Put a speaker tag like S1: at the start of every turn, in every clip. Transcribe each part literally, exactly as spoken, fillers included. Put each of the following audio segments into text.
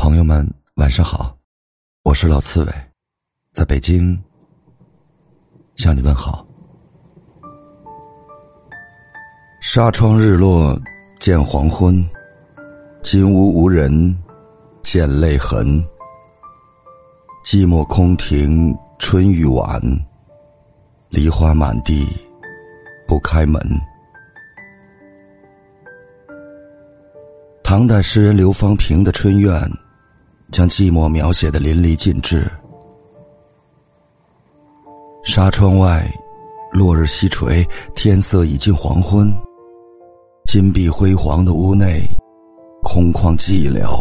S1: 朋友们晚上好，我是老刺猬，在北京向你问好。纱窗日落见黄昏，金屋无人见泪痕。寂寞空庭春欲晚，梨花满地不开门。唐代诗人刘方平的《春怨》将寂寞描写得淋漓尽致。纱窗外，落日西垂，天色已近黄昏，金碧辉煌的屋内空旷寂寥，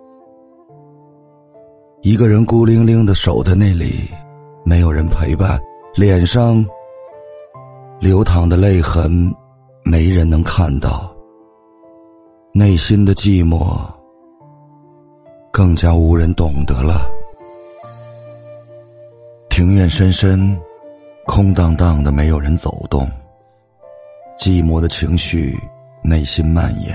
S1: 一个人孤零零地守在那里，没有人陪伴，脸上流淌的泪痕没人能看到，内心的寂寞更加无人懂得了。庭院深深，空荡荡的，没有人走动，寂寞的情绪内心蔓延，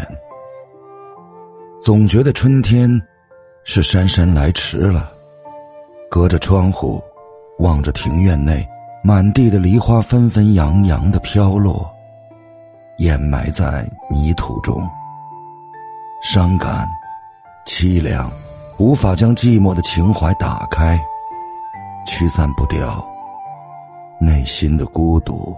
S1: 总觉得春天是姗姗来迟了。隔着窗户望着庭院内满地的梨花纷纷扬扬地飘落，掩埋在泥土中，伤感凄凉，无法将寂寞的情怀打开，驱散不掉内心的孤独。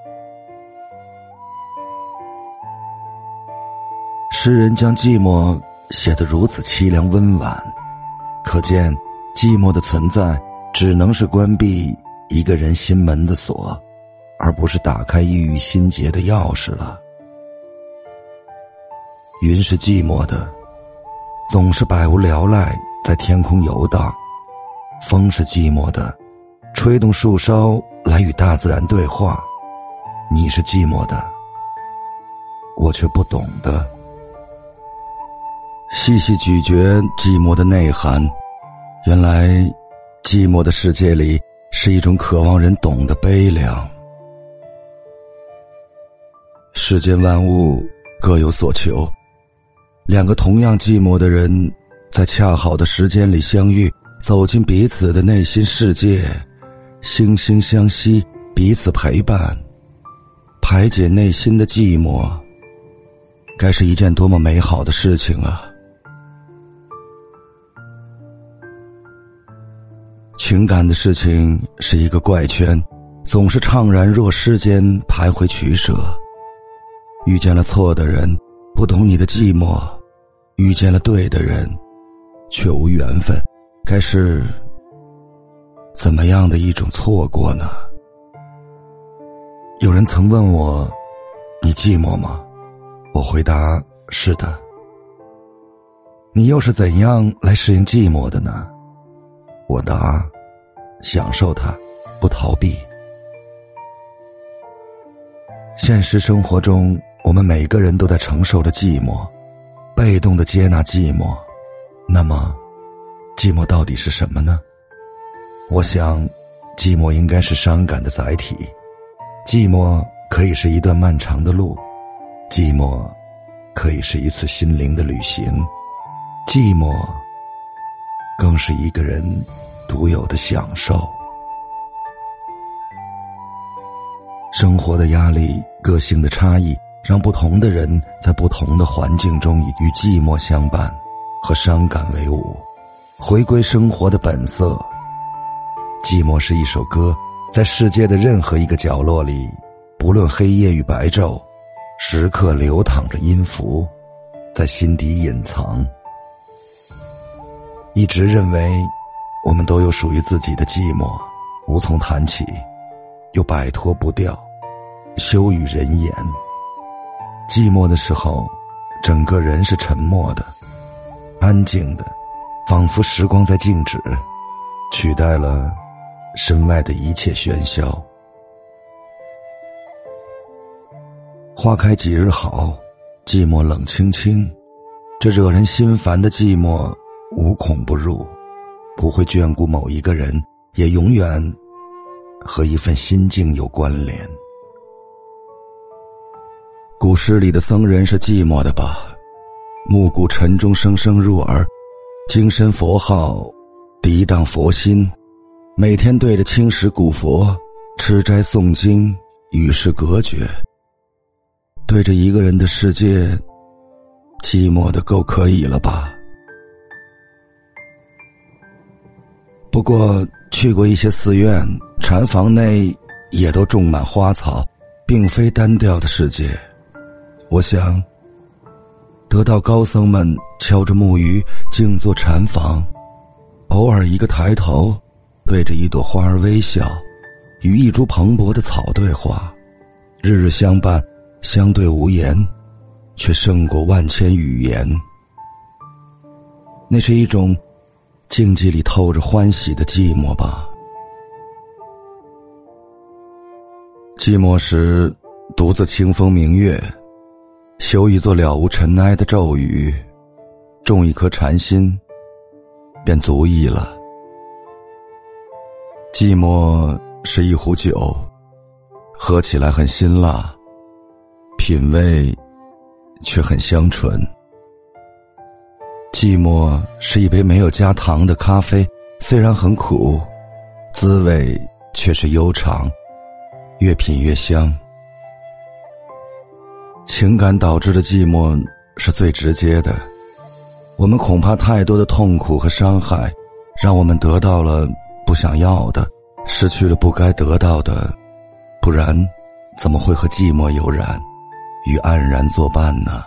S1: 诗人将寂寞写得如此凄凉温婉，可见寂寞的存在只能是关闭一个人心门的锁，而不是打开抑郁心结的钥匙了。云是寂寞的，总是百无聊赖在天空游荡；风是寂寞的，吹动树梢来与大自然对话。你是寂寞的，我却不懂得。细细咀嚼寂寞的内涵，原来寂寞的世界里是一种渴望人懂的悲凉。世间万物各有所求，两个同样寂寞的人在恰好的时间里相遇，走进彼此的内心世界，惺惺相惜，彼此陪伴，排解内心的寂寞，该是一件多么美好的事情啊！情感的事情是一个怪圈，总是怅然若失间徘徊取舍。遇见了错的人，不懂你的寂寞；遇见了对的人，却无缘分。该是怎么样的一种错过呢？有人曾问我，你寂寞吗？我回答，是的。你又是怎样来适应寂寞的呢？我答，享受它，不逃避。现实生活中，我们每个人都在承受着寂寞，被动地接纳寂寞。那么寂寞到底是什么呢？我想寂寞应该是伤感的载体，寂寞可以是一段漫长的路，寂寞可以是一次心灵的旅行，寂寞更是一个人独有的享受。生活的压力，个性的差异，让不同的人在不同的环境中与寂寞相伴，和伤感为伍，回归生活的本色。寂寞是一首歌，在世界的任何一个角落里，不论黑夜与白昼，时刻流淌着音符，在心底隐藏。一直认为我们都有属于自己的寂寞，无从谈起，又摆脱不掉，羞于人言。寂寞的时候，整个人是沉默的，安静的，仿佛时光在静止，取代了身外的一切喧嚣。花开几日好，寂寞冷清清。这惹人心烦的寂寞无孔不入，不会眷顾某一个人，也永远和一份心境有关联。古诗里的僧人是寂寞的吧？暮鼓晨钟声声入耳， 精神佛号，涤荡佛心，每天对着青石古佛吃斋诵经，与世隔绝。对着一个人的世界，寂寞的够可以了吧？不过去过一些寺院，禅房内也都种满花草，并非单调的世界。我想得到高僧们敲着木鱼静坐禅房，偶尔一个抬头，对着一朵花儿微笑，与一株蓬勃的草对话，日日相伴，相对无言，却胜过万千语言。那是一种静寂里透着欢喜的寂寞吧。寂寞时独自清风明月，修一座了无尘埃的咒语，种一颗禅心，便足矣了。寂寞是一壶酒，喝起来很辛辣，品味却很香醇。寂寞是一杯没有加糖的咖啡，虽然很苦，滋味却是悠长，越品越香。情感导致的寂寞是最直接的，我们恐怕太多的痛苦和伤害，让我们得到了不想要的，失去了不该得到的，不然怎么会和寂寞有染，与黯然作伴呢？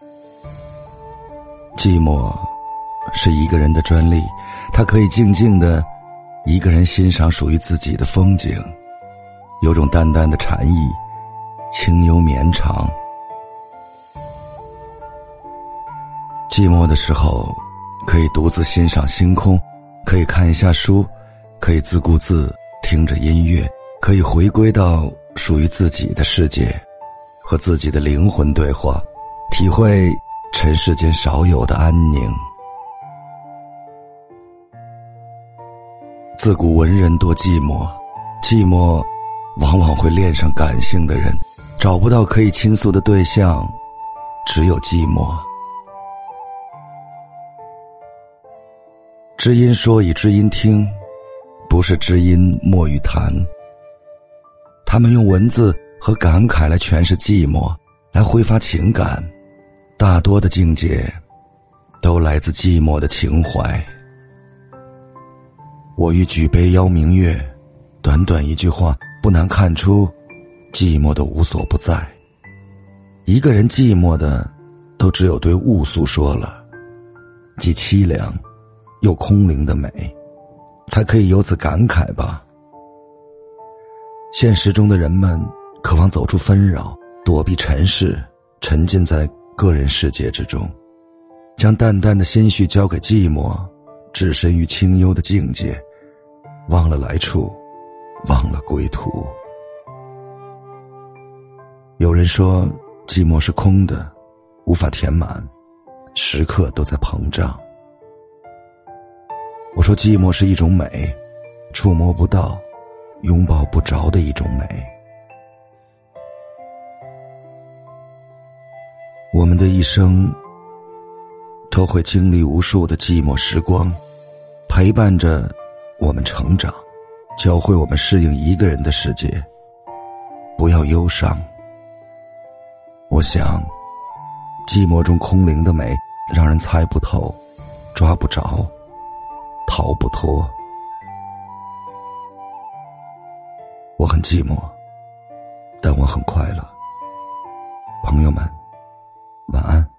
S1: 寂寞是一个人的专利，他可以静静地一个人欣赏属于自己的风景，有种淡淡的禅意，清幽绵长。寂寞的时候，可以独自欣赏星空，可以看一下书，可以自顾自听着音乐，可以回归到属于自己的世界，和自己的灵魂对话，体会尘世间少有的安宁。自古文人多寂寞，寂寞往往会恋上感性的人，找不到可以倾诉的对象，只有寂寞。知音说与知音听，不是知音默语谈。他们用文字和感慨来诠释寂寞，来挥发情感，大多的境界都来自寂寞的情怀。我欲举杯邀明月，短短一句话，不难看出寂寞的无所不在。一个人寂寞的都只有对物诉说了，既凄凉又空灵的美，才可以由此感慨吧。现实中的人们渴望走出纷扰，躲避尘世，沉浸在个人世界之中，将淡淡的心绪交给寂寞，置身于清幽的境界，忘了来处，忘了归途。有人说寂寞是空的，无法填满，时刻都在膨胀。我说寂寞是一种美，触摸不到，拥抱不着的一种美。我们的一生都会经历无数的寂寞时光，陪伴着我们成长，教会我们适应一个人的世界。不要忧伤。我想寂寞中空灵的美，让人猜不透，抓不着，逃不脱。我很寂寞，但我很快乐。朋友们，晚安。